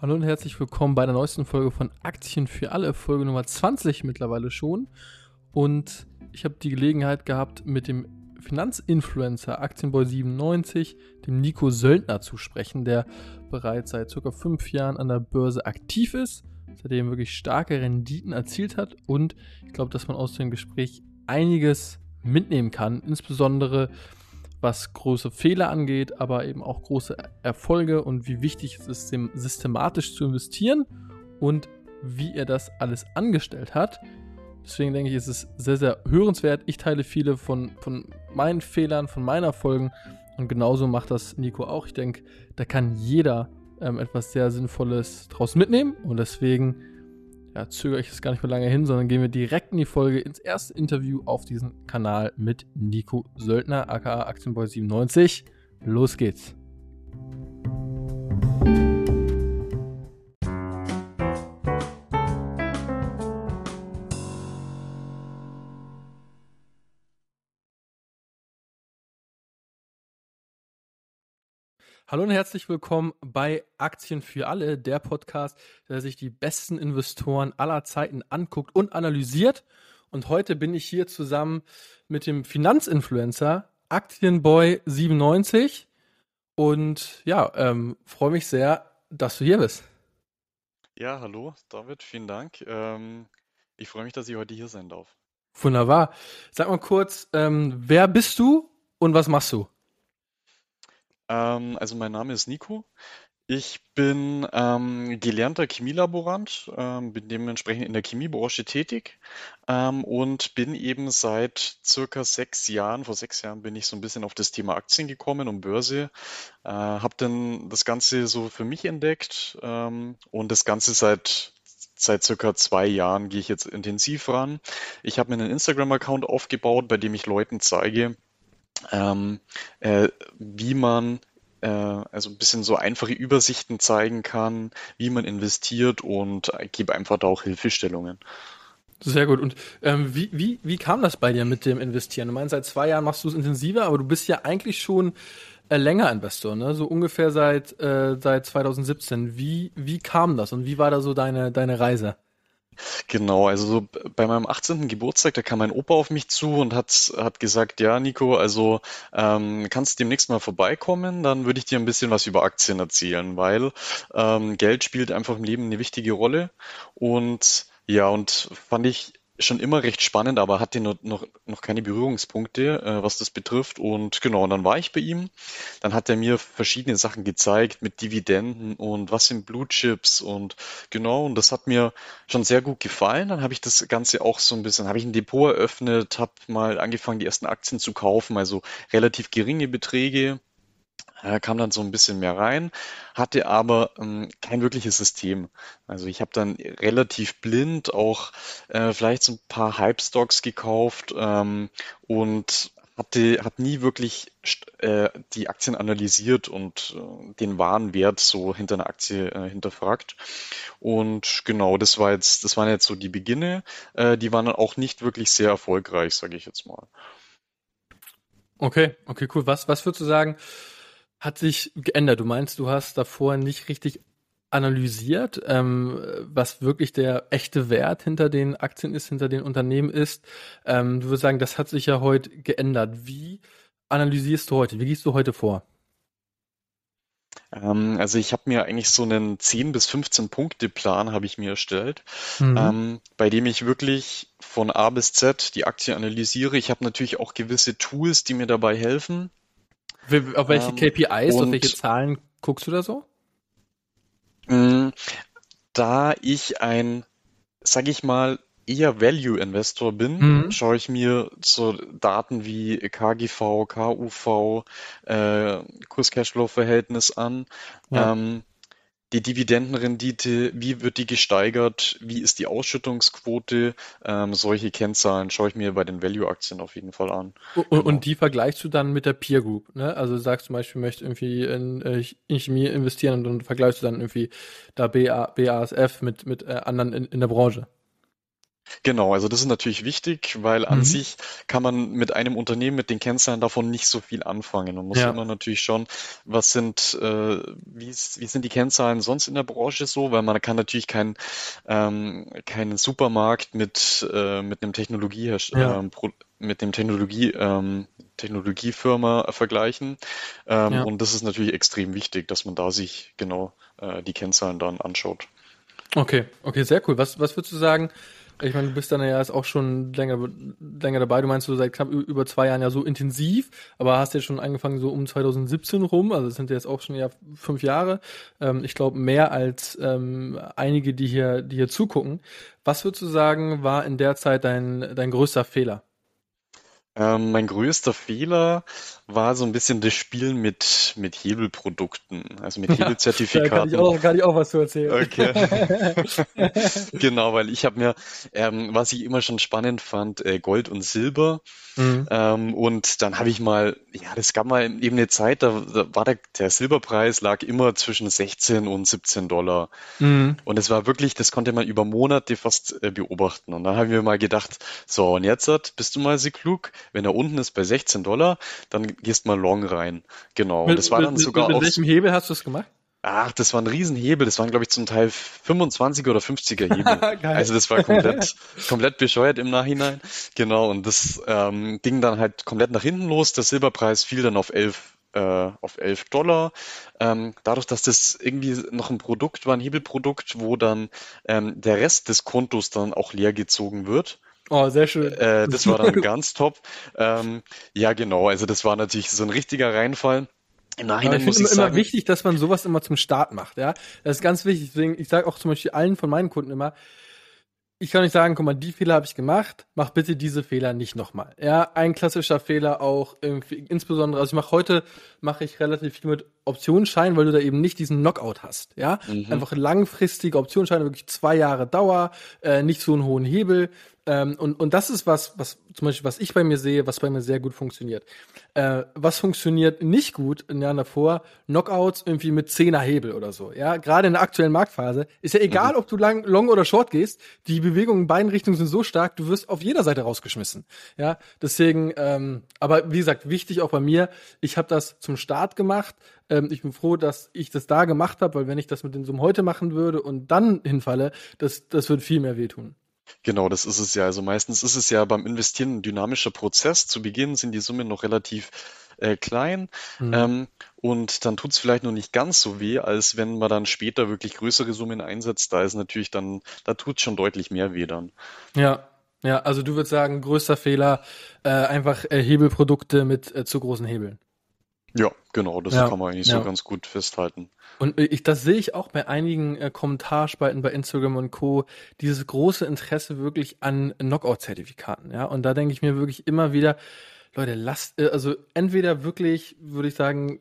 Hallo und herzlich willkommen bei der neuesten Folge von Aktien für alle, Folge Nummer 20 mittlerweile schon. Und ich habe die Gelegenheit gehabt, mit dem Finanzinfluencer Aktienboy97, dem Nico Söldner, zu sprechen, der bereits seit ca. 5 Jahren an der Börse aktiv ist, seitdem wirklich starke Renditen erzielt hat, und ich glaube, dass man aus dem Gespräch einiges mitnehmen kann, insbesondere was große Fehler angeht, aber eben auch große Erfolge und wie wichtig es ist, systematisch zu investieren und wie er das alles angestellt hat. Deswegen denke ich, ist es sehr, sehr hörenswert. Ich teile viele von meinen Fehlern, von meinen Erfolgen, und genauso macht das Nico auch. Ich denke, da kann jeder etwas sehr Sinnvolles draus mitnehmen, und deswegen zögere ich es gar nicht mehr lange hin, sondern gehen wir direkt in die Folge, ins erste Interview auf diesem Kanal mit Nico Söldner, aka Aktienboy97. Los geht's. Hallo und herzlich willkommen bei Aktien für alle, der Podcast, der sich die besten Investoren aller Zeiten anguckt und analysiert. Und heute bin ich hier zusammen mit dem Finanzinfluencer Aktienboy97 und freue mich sehr, dass du hier bist. Ja, hallo, David, vielen Dank. Ich freue mich, dass ich heute hier sein darf. Wunderbar. Sag mal kurz, wer bist du und was machst du? Also mein Name ist Nico. Ich bin gelernter Chemielaborant, bin dementsprechend in der Chemiebranche tätig und bin eben seit circa 6 Jahren, vor 6 Jahren bin ich so ein bisschen auf das Thema Aktien gekommen und Börse, habe dann das Ganze so für mich entdeckt und das Ganze seit circa 2 Jahren gehe ich jetzt intensiv ran. Ich habe mir einen Instagram-Account aufgebaut, bei dem ich Leuten zeige, ähm, wie man also ein bisschen so einfache Übersichten zeigen kann, wie man investiert und gebe einfach da auch Hilfestellungen. Sehr gut. Und wie kam das bei dir mit dem Investieren? Du meinst, seit 2 Jahren machst du es intensiver, aber du bist ja eigentlich schon länger Investor, ne? So ungefähr seit 2017. Wie kam das und wie war da so deine Reise? Genau, also so bei meinem 18. Geburtstag, da kam mein Opa auf mich zu und hat gesagt, ja, Nico, also kannst du demnächst mal vorbeikommen, dann würde ich dir ein bisschen was über Aktien erzählen, weil Geld spielt einfach im Leben eine wichtige Rolle und ja, und fand ich schon immer recht spannend, aber hatte noch keine Berührungspunkte, was das betrifft. Und genau, und dann war ich bei ihm. Dann hat er mir verschiedene Sachen gezeigt mit Dividenden und was sind Blue Chips und genau, und das hat mir schon sehr gut gefallen. Dann habe ich das Ganze auch so ein bisschen, habe ich ein Depot eröffnet, habe mal angefangen, die ersten Aktien zu kaufen, also relativ geringe Beträge, kam dann so ein bisschen mehr rein, hatte aber kein wirkliches System. Also ich habe dann relativ blind auch vielleicht so ein paar Hype-Stocks gekauft und hab nie wirklich die Aktien analysiert und den wahren Wert so hinter einer Aktie hinterfragt. Und genau, das waren jetzt so die Beginne. Die waren dann auch nicht wirklich sehr erfolgreich, sage ich jetzt mal. Okay, cool. Was würdest du sagen, hat sich geändert? Du meinst, du hast davor nicht richtig analysiert, was wirklich der echte Wert hinter den Aktien ist, hinter den Unternehmen ist. Du würdest sagen, das hat sich ja heute geändert. Wie analysierst du heute? Wie gehst du heute vor? Also ich habe mir eigentlich so einen 10 bis 15 Punkte-Plan habe ich mir erstellt, Mhm. bei dem ich wirklich von A bis Z die Aktie analysiere. Ich habe natürlich auch gewisse Tools, die mir dabei helfen. Auf welche KPIs, auf welche Und Zahlen guckst du da so? mh, da ich ein, sage ich mal, eher Value-Investor bin, Mhm. schaue ich mir so Daten wie KGV, KUV, Kurs-Cashflow-Verhältnis an. Ja. Ähm, Die Dividendenrendite, wie wird die gesteigert? Wie ist die Ausschüttungsquote? Solche Kennzahlen schaue ich mir bei den Value-Aktien auf jeden Fall an. Und Genau. die vergleichst du dann mit der Peer Group, ne? Also du sagst zum Beispiel, möchte irgendwie in Chemie investieren, und dann vergleichst du dann irgendwie da BASF mit anderen in der Branche. Genau, also das ist natürlich wichtig, weil an Mhm. sich kann man mit einem Unternehmen, mit den Kennzahlen davon nicht so viel anfangen. Man muss Ja, immer natürlich schauen, wie sind die Kennzahlen sonst in der Branche so, weil man kann natürlich keinen Supermarkt mit einem ja, mit dem Technologiefirma vergleichen. ja. Und das ist natürlich extrem wichtig, dass man da sich genau die Kennzahlen dann anschaut. Okay, okay, sehr cool. Was würdest du sagen? Ich meine, du bist dann ja jetzt auch schon länger dabei. Du meinst, du seit knapp über 2 Jahren ja so intensiv, aber hast ja schon angefangen so um 2017 rum. Also das sind ja jetzt auch schon ja 5 Jahre. Ich glaube mehr als einige, die hier zugucken. Was würdest du sagen, war in der Zeit dein größter Fehler? Mein größter Fehler war so ein bisschen das Spielen mit Hebelprodukten, also mit Ja, da kann ich Hebelzertifikaten. auch, kann ich auch was zu erzählen. Okay. Genau, weil ich habe mir, was ich immer schon spannend fand, Gold und Silber. Mhm. Und dann habe ich mal, ja, das gab mal eben eine Zeit, da war der Silberpreis lag immer zwischen 16 und 17 Dollar. Mhm. Und es war wirklich, das konnte man über Monate fast beobachten. Und dann haben wir mal gedacht, so, und jetzt bist du mal so klug, wenn er unten ist bei 16 Dollar, dann gehst mal long rein. Genau. Und Mit, das war mit, dann mit, sogar mit auch, welchem Hebel hast du das gemacht? ach, das war ein Riesenhebel. Das waren, glaube ich, zum Teil 25er oder 50er Hebel. Geil. Also das war komplett bescheuert im Nachhinein. Genau. Und das ging dann halt komplett nach hinten los. Der Silberpreis fiel dann auf 11 Dollar. Dadurch, dass das irgendwie noch ein Produkt war, ein Hebelprodukt, wo dann der Rest des Kontos dann auch leer gezogen wird. Oh, sehr schön. Das war dann ganz top. Ja, genau. Also das war natürlich so ein richtiger Reinfall. Im Aber Nachhinein ich finde muss immer, ich immer sagen, wichtig, dass man sowas immer zum Start macht, ja. Das ist ganz wichtig. Deswegen, ich sage auch zum Beispiel allen von meinen Kunden immer, ich kann nicht sagen, guck mal, die Fehler habe ich gemacht, mach bitte diese Fehler nicht nochmal. Ja, ein klassischer Fehler auch, irgendwie, insbesondere, also mache ich relativ viel mit Optionsscheinen, weil du da eben nicht diesen Knockout hast. Ja, mhm. einfach langfristige Optionsscheine, wirklich 2 Jahre Dauer, nicht so einen hohen Hebel. Und das ist was zum Beispiel, was ich bei mir sehe, was bei mir sehr gut funktioniert. Was funktioniert nicht gut in Jahren davor? Knockouts irgendwie mit 10er Hebel oder so. Ja, gerade in der aktuellen Marktphase ist ja Mhm. egal, ob du long oder short gehst. Die Bewegungen in beiden Richtungen sind so stark, du wirst auf jeder Seite rausgeschmissen. Ja, deswegen, aber wie gesagt, wichtig auch bei mir, ich habe das zum Start gemacht. Ich bin froh, dass ich das da gemacht habe, weil wenn ich das mit den Summen heute machen würde und dann hinfalle, das wird viel mehr wehtun. Genau, das ist es ja. Also meistens ist es ja beim Investieren ein dynamischer Prozess. Zu Beginn sind die Summen noch relativ klein, Mhm. ähm, und dann tut es vielleicht noch nicht ganz so weh, als wenn man dann später wirklich größere Summen einsetzt. Da ist natürlich dann, da tut es schon deutlich mehr weh dann. Ja, ja, also du würdest sagen, größter Fehler, einfach Hebelprodukte mit zu großen Hebeln. Ja, genau, das Ja, kann man eigentlich so ja. ganz gut festhalten. Und das sehe ich auch bei einigen Kommentarspalten bei Instagram und Co. Dieses große Interesse wirklich an Knockout-Zertifikaten, ja. Und da denke ich mir wirklich immer wieder, Leute, lasst, also entweder wirklich, würde ich sagen,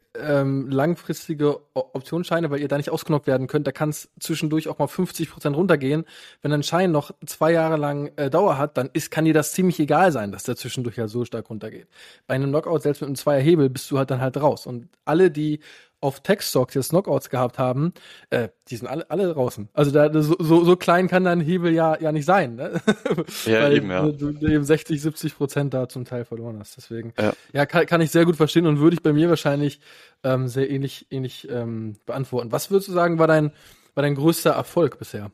langfristige Optionsscheine, weil ihr da nicht ausgenockt werden könnt. Da kann es zwischendurch auch mal 50% runtergehen. Wenn ein Schein noch 2 Jahre lang Dauer hat, dann kann dir das ziemlich egal sein, dass der zwischendurch ja so stark runtergeht. Bei einem Knockout, selbst mit einem Zweierhebel, bist du halt dann halt raus. Und alle, die auf Tech-Stocks jetzt Knockouts gehabt haben, die sind alle draußen. Also so klein kann dein Hebel ja nicht sein, ne? Ja, Weil eben, ja. du eben 60-70% da zum Teil verloren hast. Deswegen, Ja. ja, kann ich sehr gut verstehen und würde ich bei mir wahrscheinlich sehr ähnlich beantworten. Was würdest du sagen, war dein größter Erfolg bisher?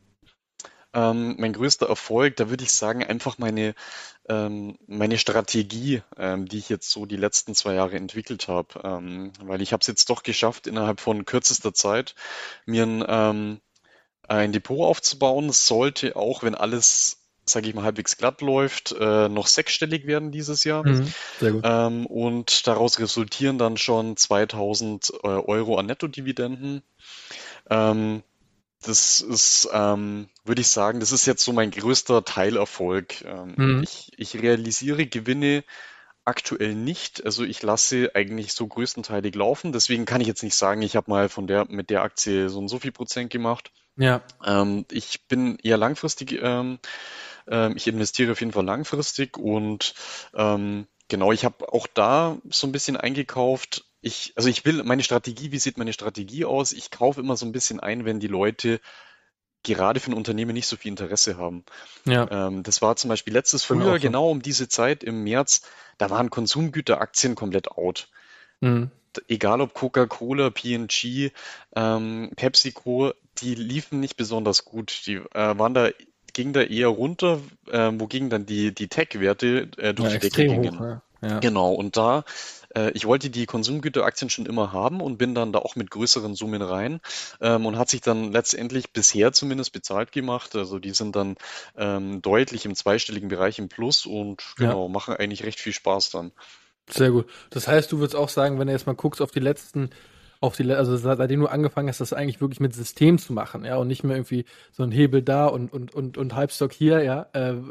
Mein größter Erfolg, da würde ich sagen, einfach meine Strategie, die ich jetzt so die letzten 2 Jahre entwickelt habe. Weil ich habe es jetzt doch geschafft, innerhalb von kürzester Zeit mir ein Depot aufzubauen. Es sollte auch, wenn alles, sage ich mal, halbwegs glatt läuft, noch sechsstellig werden dieses Jahr. Mhm. Sehr gut. Und daraus resultieren dann schon 2000 Euro an Nettodividenden. Ähm, Das ist, würde ich sagen, das ist jetzt so mein größter Teilerfolg. Mhm. Ich realisiere Gewinne aktuell nicht. Also ich lasse eigentlich so größtenteilig laufen. Deswegen kann ich jetzt nicht sagen, ich habe mal mit der Aktie so und so viel Prozent gemacht. Ja. Ich bin eher langfristig, ich investiere auf jeden Fall langfristig und genau, ich habe auch da so ein bisschen eingekauft. Meine Strategie, wie sieht meine Strategie aus? Ich kaufe immer so ein bisschen ein, wenn die Leute gerade für ein Unternehmen nicht so viel Interesse haben. Ja, Das war zum Beispiel letztes bei mir auch Frühjahr, so. genau um diese Zeit im März, da waren Konsumgüteraktien komplett out. Mhm. Egal ob Coca-Cola, P&G, PepsiCo, die liefen nicht besonders gut. Die gingen da eher runter, wogegen dann die Tech-Werte durch Ja, die Decke extrem hoch, gingen. ne? Ja. Genau, und ich wollte die Konsumgüteraktien schon immer haben und bin dann da auch mit größeren Summen rein, und hat sich dann letztendlich bisher zumindest bezahlt gemacht. Also die sind dann deutlich im zweistelligen Bereich im Plus und Ja. genau, machen eigentlich recht viel Spaß dann. Sehr gut. Das heißt, du würdest auch sagen, wenn du jetzt mal guckst auf die letzten, also seitdem du angefangen hast, das eigentlich wirklich mit System zu machen, ja, und nicht mehr irgendwie so ein Hebel da und Halbstock hier, ja,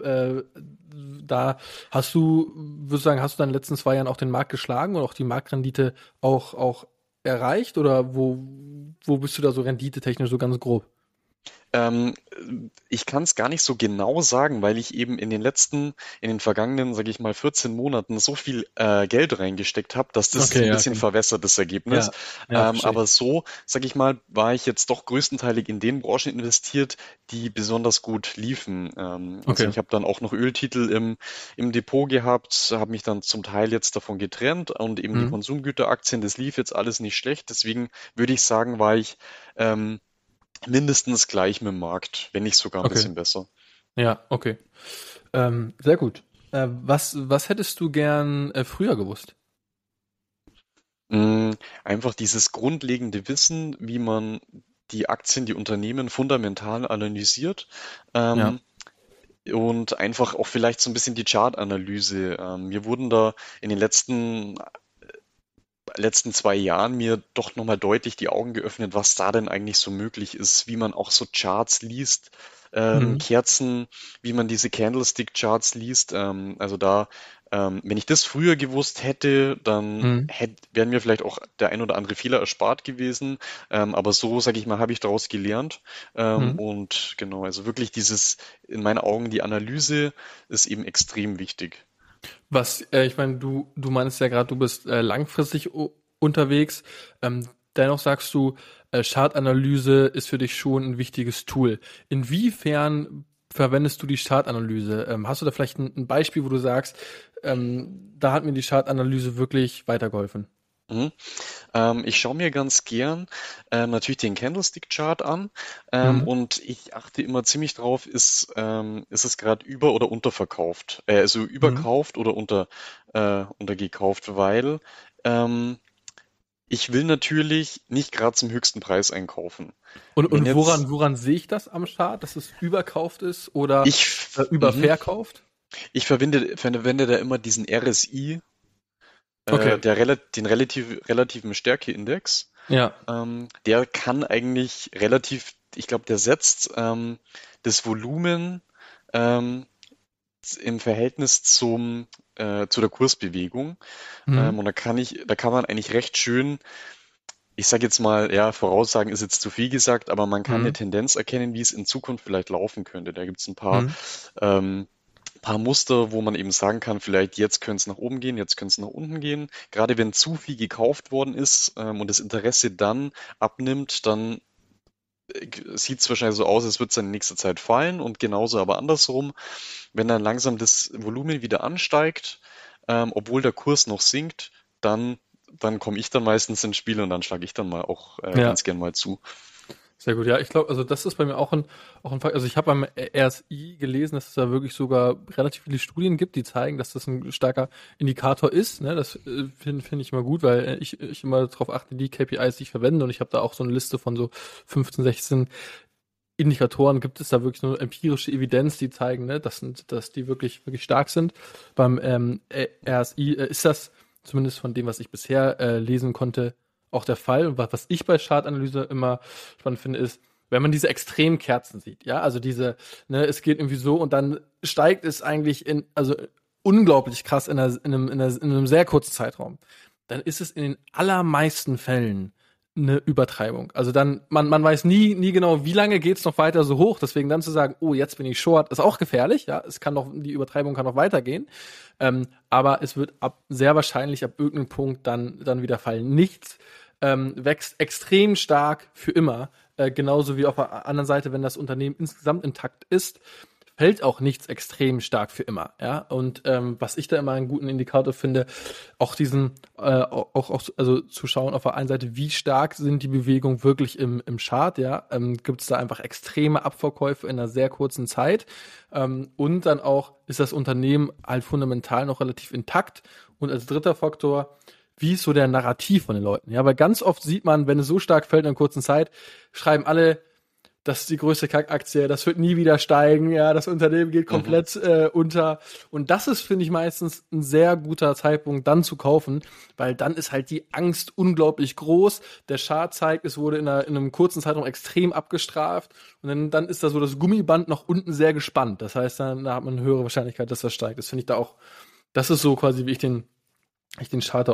da würdest du sagen, hast du dann in den letzten 2 Jahren auch den Markt geschlagen und auch die Marktrendite auch erreicht oder wo bist du da so renditetechnisch so ganz grob? Ähm, Ich kann es gar nicht so genau sagen, weil ich eben in den vergangenen, sage ich mal, 14 Monaten so viel Geld reingesteckt habe, dass das Okay, ein ja, bisschen okay. verwässert, das Ergebnis. Ja, ja, verstehe ich. Aber so, sage ich mal, war ich jetzt doch größtenteilig in den Branchen investiert, die besonders gut liefen. Also Okay. ich habe dann auch noch Öltitel im Depot gehabt, habe mich dann zum Teil jetzt davon getrennt und eben die Mhm. Konsumgüteraktien, das lief jetzt alles nicht schlecht. Deswegen würde ich sagen, war ich ähm, mindestens gleich mit dem Markt, wenn nicht sogar ein Okay. bisschen besser. Ja, okay. Sehr gut. Was hättest du gern früher gewusst? Mm, Einfach dieses grundlegende Wissen, wie man die Aktien, die Unternehmen fundamental analysiert, Ja. ähm, und einfach auch vielleicht so ein bisschen die Chartanalyse. Mir wurden da in den letzten 2 Jahren mir doch nochmal deutlich die Augen geöffnet, was da denn eigentlich so möglich ist, wie man auch so Charts liest, Mhm. Kerzen, wie man diese Candlestick-Charts liest. Wenn ich das früher gewusst hätte, dann Mhm. wären mir vielleicht auch der ein oder andere Fehler erspart gewesen. Aber so, sage ich mal, habe ich daraus gelernt. Mhm. Und genau, also wirklich in meinen Augen, die Analyse ist eben extrem wichtig. Ich meine, du meinst ja gerade, du bist langfristig unterwegs. Dennoch sagst du, Chartanalyse ist für dich schon ein wichtiges Tool. Inwiefern verwendest du die Chartanalyse? Hast du da vielleicht ein Beispiel, wo du sagst, da hat mir die Chartanalyse wirklich weitergeholfen? Mhm. Ich schaue mir ganz gern natürlich den Candlestick-Chart an, Mhm. und ich achte immer ziemlich drauf, ist es gerade oder unterverkauft, also Mhm. überkauft oder untergekauft, weil ähm, ich will natürlich nicht gerade zum höchsten Preis einkaufen. Wenn Und jetzt woran sehe ich das am Chart, dass es überkauft ist oder mhm, überverkauft? ich verwende da immer diesen RSI, Okay. den relativen Stärkeindex. Ja. Der kann eigentlich ich glaube, der setzt das Volumen ähm, im Verhältnis zu der Kursbewegung. Mhm. Und da kann man eigentlich recht schön, ich sage jetzt mal, ja, voraussagen ist jetzt zu viel gesagt, aber man kann eine Mhm. Tendenz erkennen, wie es in Zukunft vielleicht laufen könnte. Da gibt es Mhm. ähm, paar Muster, wo man eben sagen kann, vielleicht jetzt könnte es nach oben gehen, jetzt könnte es nach unten gehen. Gerade wenn zu viel gekauft worden ist, und das Interesse dann abnimmt, dann sieht es wahrscheinlich so aus, als würde es dann in nächster Zeit fallen und genauso aber andersrum, wenn dann langsam das Volumen wieder ansteigt, obwohl der Kurs noch sinkt, dann, dann komme ich dann meistens ins Spiel und dann schlage ich dann mal auch Ja. ganz gern mal zu. Sehr gut, ja, ich glaube, also das ist bei mir auch ein Fakt. Also ich habe beim RSI gelesen, dass es da wirklich sogar relativ viele Studien gibt, die zeigen, dass das ein starker Indikator ist. Ne? Das find ich immer gut, weil ich immer darauf achte, die KPIs, die ich verwende. Und ich habe da auch so eine Liste von so 15, 16 Indikatoren. Gibt es da wirklich nur empirische Evidenz, die zeigen, ne, dass die wirklich stark sind. Beim RSI ist das zumindest von dem, was ich bisher lesen konnte, auch der Fall. Und was ich bei Chartanalyse immer spannend finde, ist, wenn man diese extremen Kerzen sieht, ja, also es geht irgendwie so und dann steigt es eigentlich also unglaublich krass in einem sehr kurzen Zeitraum, dann ist es in den allermeisten Fällen eine Übertreibung. Also dann, man weiß nie genau, wie lange geht's noch weiter so hoch. Deswegen dann zu sagen, oh, jetzt bin ich short, ist auch gefährlich. Ja, die Übertreibung kann noch weitergehen. Aber es wird sehr wahrscheinlich ab irgendeinem Punkt dann wieder fallen. Nichts wächst extrem stark für immer. Genauso wie auf der anderen Seite, wenn das Unternehmen insgesamt intakt ist, fällt auch nichts extrem stark für immer. Ja? Und was ich da immer einen guten Indikator finde, auch also zu schauen auf der einen Seite, wie stark sind die Bewegungen wirklich im Chart, ja, gibt es da einfach extreme Abverkäufe in einer sehr kurzen Zeit, und dann auch, ist das Unternehmen halt fundamental noch relativ intakt, und als dritter Faktor, wie ist so der Narrativ von den Leuten, ja, weil ganz oft sieht man, wenn es so stark fällt in einer kurzen Zeit, schreiben alle, das ist die größte Kackaktie, das wird nie wieder steigen, ja, das Unternehmen geht komplett unter. Und das ist, finde ich, meistens ein sehr guter Zeitpunkt, dann zu kaufen, weil dann ist halt die Angst unglaublich groß. Der Chart zeigt, es wurde in einem kurzen Zeitraum extrem abgestraft, und dann ist da so das Gummiband nach unten sehr gespannt. Das heißt, dann hat man eine höhere Wahrscheinlichkeit, dass das steigt. Das finde ich da auch, das ist so quasi, wie ich den Charter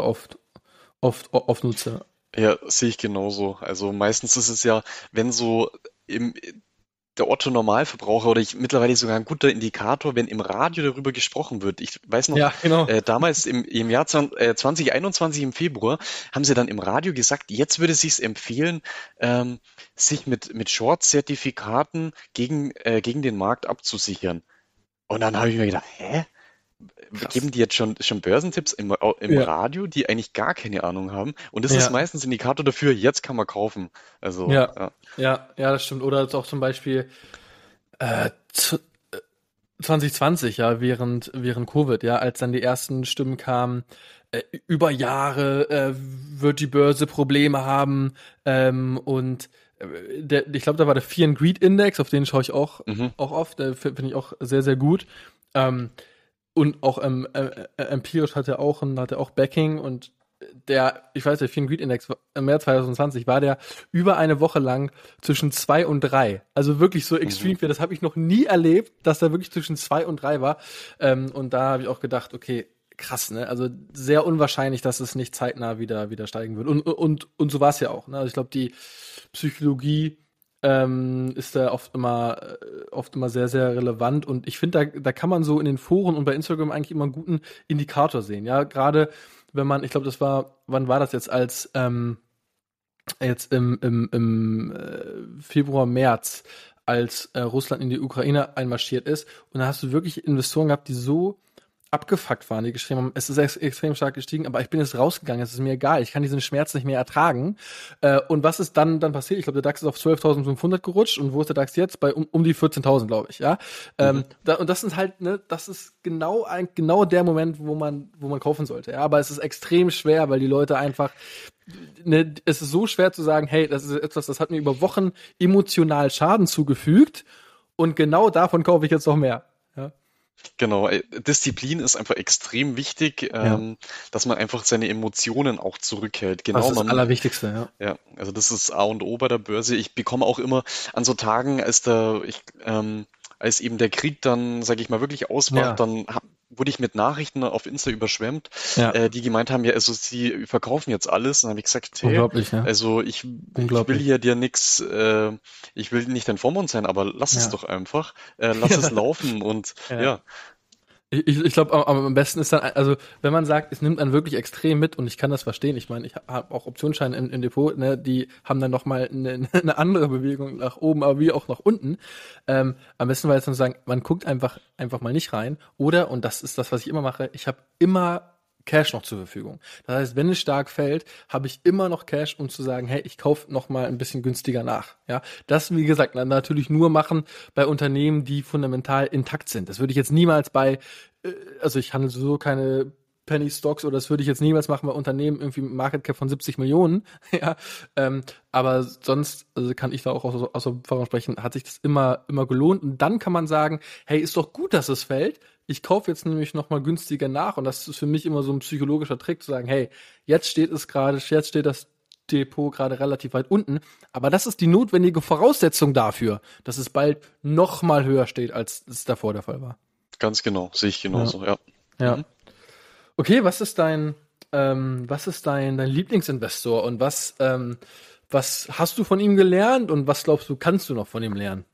oft nutze. Ja, sehe ich genauso. Also meistens ist es ja, wenn so im, der Otto Normalverbraucher oder mittlerweile sogar ein guter Indikator, wenn im Radio darüber gesprochen wird. Ich weiß noch, Ja, genau. damals im Jahr 2021 im Februar haben sie dann im Radio gesagt, jetzt würde es sich empfehlen, sich mit Short-Zertifikaten gegen den Markt abzusichern. Und dann habe ich mir gedacht, hä? Krass. Geben die jetzt schon Börsentipps im Ja, Radio, die eigentlich gar keine Ahnung haben? Und das ist ja. meistens Indikator dafür, jetzt kann man kaufen. Also, Ja, ja. ja, das stimmt. Oder jetzt auch zum Beispiel äh, z- 2020, ja, während Covid, ja, als dann die ersten Stimmen kamen, über Jahre wird die Börse Probleme haben, und ich glaube, da war der Fear and Greed Index, auf den schaue ich Mhm. auch oft, finde ich auch sehr, sehr gut. Ähm, und auch empirisch hat er auch Backing, und ich weiß, der Fear and Greed Index im März 2020 war der über eine Woche lang zwischen 2 und 3. Also wirklich so Mhm. extrem viel. Das habe ich noch nie erlebt, dass er wirklich zwischen 2 und 3 war. Und da habe ich auch gedacht, okay, krass, ne? Also sehr unwahrscheinlich, dass es nicht zeitnah wieder steigen wird. Und so war es ja auch. Ne? Also ich glaube, die Psychologie ist da oft immer sehr, sehr relevant. Und ich finde, da kann man so in den Foren und bei Instagram eigentlich immer einen guten Indikator sehen. Ja, gerade wenn man, ich glaube, wann war das jetzt, als jetzt im Februar, März, als Russland in die Ukraine einmarschiert ist, und da hast du wirklich Investoren gehabt, die so abgefuckt waren, die geschrieben haben, es ist extrem stark gestiegen, aber ich bin jetzt rausgegangen, es ist mir egal, ich kann diesen Schmerz nicht mehr ertragen. Und was ist dann passiert? Ich glaube, der DAX ist auf 12.500 gerutscht, und wo ist der DAX jetzt? Bei um die 14.000, glaube ich, ja. Mhm. Und das sind halt, ne, das ist genau der Moment, wo man kaufen sollte, ja. Aber es ist extrem schwer, weil die Leute einfach, ne, es ist so schwer zu sagen, hey, das ist etwas, das hat mir über Wochen emotional Schaden zugefügt, und genau davon kaufe ich jetzt noch mehr. Ja. Genau, Disziplin ist einfach extrem wichtig, Ja. dass man einfach seine Emotionen auch zurückhält. Das Genau, ist das Allerwichtigste, ja. ja, also das ist A und O bei der Börse. Ich bekomme auch immer an so Tagen, als eben der Krieg dann, sage ich mal, wirklich ausbrach, Ja, dann wurde ich mit Nachrichten auf Insta überschwemmt, ja. die gemeint haben, ja, also sie verkaufen jetzt alles. Und dann habe ich gesagt, hey, Unglaublich, ne? also ich will Unglaublich. hier dir nichts, ich will nicht dein Vormund sein, aber lass es Ja. doch einfach, lass es laufen und Ja. ja. Ich glaube, am besten ist dann, also wenn man sagt, es nimmt einen wirklich extrem mit, und ich kann das verstehen, ich meine, ich habe auch Optionsscheine im Depot, ne, die haben dann nochmal eine andere Bewegung nach oben, aber wie auch nach unten. Am besten war jetzt dann zu sagen, man guckt einfach mal nicht rein, oder, und das ist das, was ich immer mache, ich habe immer Cash noch zur Verfügung. Das heißt, wenn es stark fällt, habe ich immer noch Cash, um zu sagen, hey, ich kaufe noch mal ein bisschen günstiger nach. Ja, das, wie gesagt, natürlich nur machen bei Unternehmen, die fundamental intakt sind. Das würde ich jetzt niemals also ich handle sowieso keine Penny Stocks, oder das würde ich jetzt niemals machen bei Unternehmen irgendwie mit Market Cap von 70 Millionen. Ja, aber sonst, also kann ich da auch aus Erfahrung sprechen, hat sich das immer gelohnt. Und dann kann man sagen, hey, ist doch gut, dass es fällt. Ich kaufe jetzt nämlich noch mal günstiger nach, und das ist für mich immer so ein psychologischer Trick, zu sagen, hey, jetzt steht das Depot gerade relativ weit unten, aber das ist die notwendige Voraussetzung dafür, dass es bald noch mal höher steht, als es davor der Fall war. Ganz genau, sehe ich Ja, genauso, ja. ja. Mhm. Okay, was ist dein Lieblingsinvestor, und was hast du von ihm gelernt, und was glaubst du, kannst du noch von ihm lernen?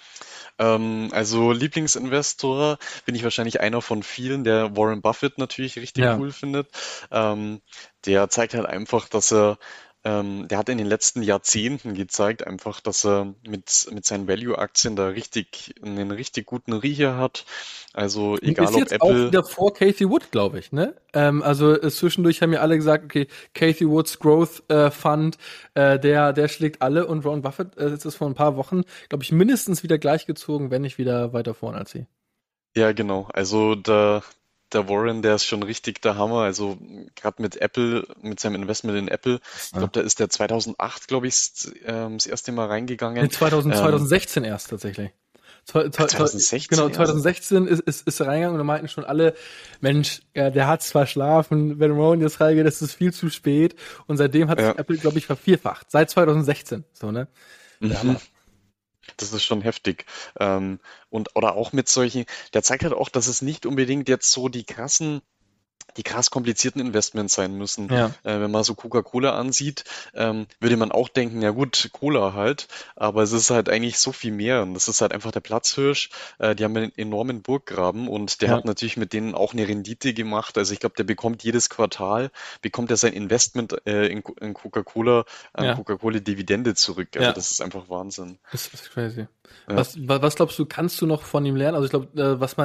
Also Lieblingsinvestor bin ich wahrscheinlich einer von vielen, der Warren Buffett natürlich richtig Ja, cool findet. Der zeigt halt einfach, dass er der hat in den letzten Jahrzehnten gezeigt einfach, dass er mit seinen Value-Aktien da einen richtig guten Riecher hat. Also Und egal ist ob jetzt auch Apple. wieder vor Cathie Wood, glaube ich, ne? Zwischendurch haben ja alle gesagt, okay, Cathie Woods Growth Fund, der schlägt alle und Warren Buffett ist es vor ein paar Wochen, glaube ich, mindestens wieder gleichgezogen, wenn nicht wieder weiter vorne als sie. Ja, genau. Also der Warren, der ist schon richtig der Hammer. Also gerade mit Apple, mit seinem Investment in Apple, ich Ja. glaube, da ist der 2008, glaube ich, das erste Mal Nee, reingegangen. 2000, 2016 erst tatsächlich. Ach, Genau, 2016 erst? 2016 ist er reingegangen und da meinten schon alle, Mensch, ja, der hat zwar schlafen, wenn Rowan jetzt reingeht, das ist viel zu spät. Und seitdem hat Ja. sich Apple, glaube ich, vervierfacht. Seit 2016. So, ne? Der Mhm. Hammer. Das ist schon heftig. Oder auch mit solchen, der zeigt halt auch, dass es nicht unbedingt jetzt so die krass komplizierten Investments sein müssen. Ja. Wenn man so Coca-Cola ansieht, würde man auch denken, ja gut, Cola halt, aber es ist halt eigentlich so viel mehr. Und das ist halt einfach der Platzhirsch. Die haben einen enormen Burggraben und der Ja. hat natürlich mit denen auch eine Rendite gemacht. Also ich glaube, der bekommt jedes Quartal, bekommt er sein Investment in Coca-Cola an Ja. Coca-Cola Dividende zurück. Also Ja. das ist einfach Wahnsinn. Ist crazy. Ja. Was glaubst du, kannst du noch von ihm lernen? Also ich glaube,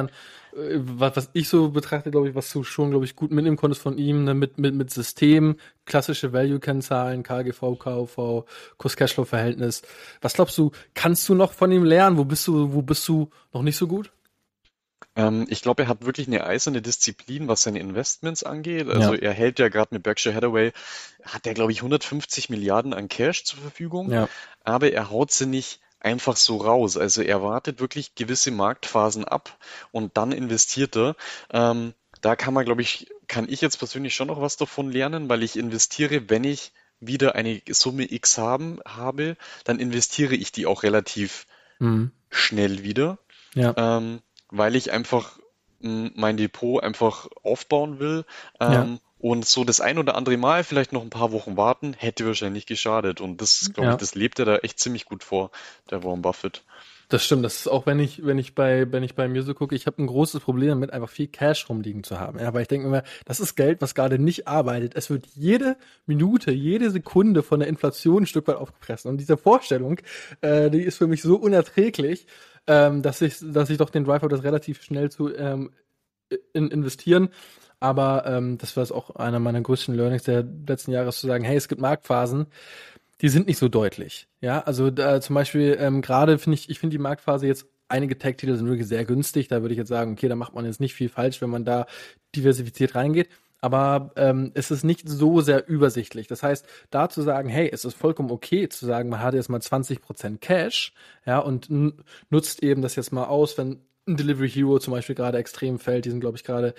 was ich so betrachte, glaube ich, was du schon, glaube ich, gut mitnehmen konntest von ihm, ne, mit System, klassische Value-Kennzahlen, KGV, KUV, Kurs-Cashflow-Verhältnis. Was glaubst du, kannst du noch von ihm lernen? Wo bist du noch nicht so gut? Ich glaube, er hat wirklich eine eiserne Disziplin, was seine Investments angeht. Also Ja, er hält ja gerade mit Berkshire Hathaway, hat er, glaube ich, 150 Milliarden an Cash zur Verfügung, ja, aber er haut sie nicht einfach so raus. Also er wartet wirklich gewisse Marktphasen ab und dann investiert er. Da kann ich jetzt persönlich schon noch was davon lernen, weil ich investiere, wenn ich wieder eine Summe X habe, dann investiere ich die auch relativ mhm. schnell wieder, Ja, weil ich einfach mein Depot einfach aufbauen will. ja, Und so das ein oder andere Mal, vielleicht noch ein paar Wochen warten, hätte wahrscheinlich geschadet. Und das, glaube ich, ja. das lebt er da echt ziemlich gut vor, der Warren Buffett. Das stimmt, das ist auch, wenn ich bei mir so gucke, ich habe ein großes Problem damit, einfach viel Cash rumliegen zu haben. Ja, weil ich denke immer, das ist Geld, was gerade nicht arbeitet. Es wird jede Minute, jede Sekunde von der Inflation ein Stück weit aufgepresst. Und diese Vorstellung, die ist für mich so unerträglich, dass ich doch den Drive habe, das relativ schnell zu investieren. Aber das war es auch einer meiner größten Learnings der letzten Jahre, ist zu sagen, hey, es gibt Marktphasen, die sind nicht so deutlich. Ja, also da zum Beispiel gerade ich finde die Marktphase jetzt, einige Tech-Titel sind wirklich sehr günstig. Da würde ich jetzt sagen, okay, da macht man jetzt nicht viel falsch, wenn man da diversifiziert reingeht. Aber es ist nicht so sehr übersichtlich. Das heißt, da zu sagen, hey, es ist vollkommen okay zu sagen, man hat jetzt mal 20% Cash, ja, und nutzt eben das jetzt mal aus, wenn ein Delivery Hero zum Beispiel gerade extrem fällt. Die sind, glaube ich, gerade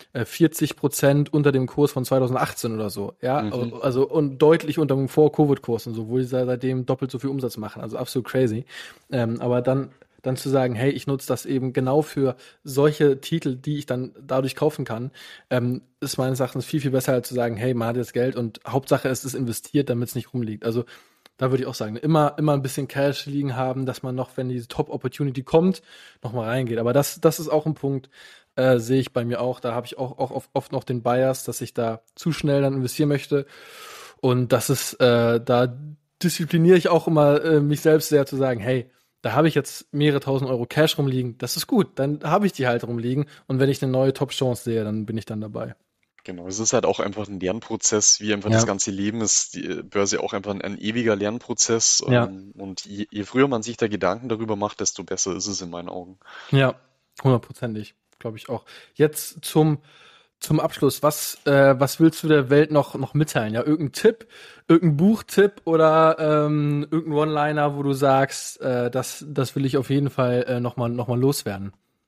40% unter dem Kurs von 2018 oder so. Ja, Mhm. also und deutlich unter dem Vor-Covid-Kurs und so, obwohl die seitdem doppelt so viel Umsatz machen. Also absolut crazy. Aber dann zu sagen, hey, ich nutze das eben genau für solche Titel, die ich dann dadurch kaufen kann, ist meines Erachtens viel, viel besser, als zu sagen, hey, man hat jetzt Geld und Hauptsache es ist investiert, damit es nicht rumliegt. Also da würde ich auch sagen, immer ein bisschen Cash liegen haben, dass man noch, wenn diese Top-Opportunity kommt, noch mal reingeht. Aber das ist auch ein Punkt, sehe ich bei mir auch. Da habe ich auch oft noch den Bias, dass ich da zu schnell dann investieren möchte. Und da diszipliniere ich auch immer mich selbst sehr zu sagen, hey, da habe ich jetzt mehrere tausend Euro Cash rumliegen. Das ist gut, dann habe ich die halt rumliegen. Und wenn ich eine neue Top-Chance sehe, dann bin ich dann dabei. Genau, es ist halt auch einfach ein Lernprozess, wie einfach das Ja, ganze Leben ist, die Börse auch einfach ein ewiger Lernprozess. ja, Und je früher man sich da Gedanken darüber macht, desto besser ist es in meinen Augen. ja, hundertprozentig, glaube ich auch. Jetzt zum Abschluss, was willst du der Welt noch mitteilen? Ja, irgendein Tipp, irgendein Buchtipp oder irgendein One-Liner, wo du sagst, das will ich auf jeden Fall noch mal loswerden.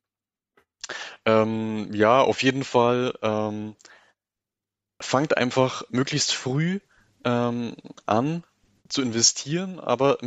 Ja, auf jeden Fall. Fangt einfach möglichst früh an zu investieren, aber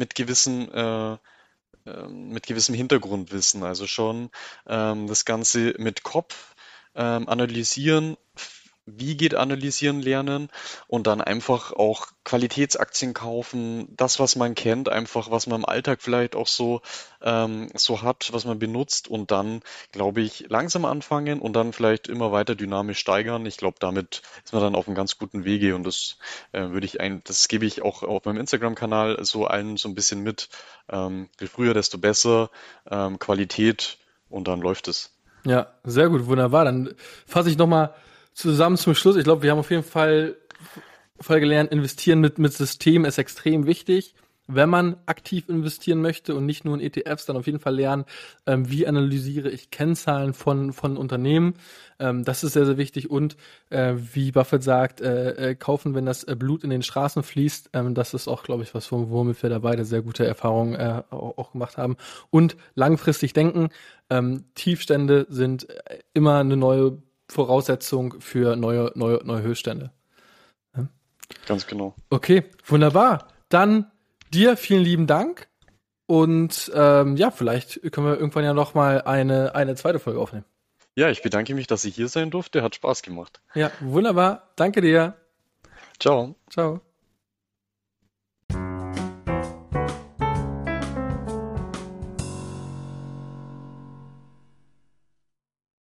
mit gewissem Hintergrundwissen. Also schon das Ganze mit Kopf analysieren. wie geht analysieren lernen und dann einfach auch Qualitätsaktien kaufen, das, was man kennt, einfach was man im Alltag vielleicht auch so hat, was man benutzt und dann, glaube ich, langsam anfangen und dann vielleicht immer weiter dynamisch steigern. Ich glaube, damit ist man dann auf einem ganz guten Wege und das gebe ich auch auf meinem Instagram-Kanal so allen so ein bisschen mit. Je früher, desto besser, Qualität und dann läuft es. Ja, sehr gut, wunderbar. Dann fasse ich nochmal zusammen zum Schluss. Ich glaube, wir haben auf jeden Fall gelernt, investieren mit System ist extrem wichtig. Wenn man aktiv investieren möchte und nicht nur in ETFs, dann auf jeden Fall lernen, wie analysiere ich Kennzahlen von Unternehmen. Das ist sehr, sehr wichtig. Und wie Buffett sagt, kaufen, wenn das Blut in den Straßen fließt. Das ist auch, glaube ich, was, womit wir da beide sehr gute Erfahrungen auch gemacht haben. Und langfristig denken. Tiefstände sind immer eine neue Voraussetzung für neue Höchststände. Ganz genau. Okay, wunderbar. Dann dir vielen lieben Dank und ja, vielleicht können wir irgendwann ja noch mal eine zweite Folge aufnehmen. Ja, ich bedanke mich, dass ich hier sein durfte. Hat Spaß gemacht. Ja, wunderbar. Danke dir. Ciao. Ciao.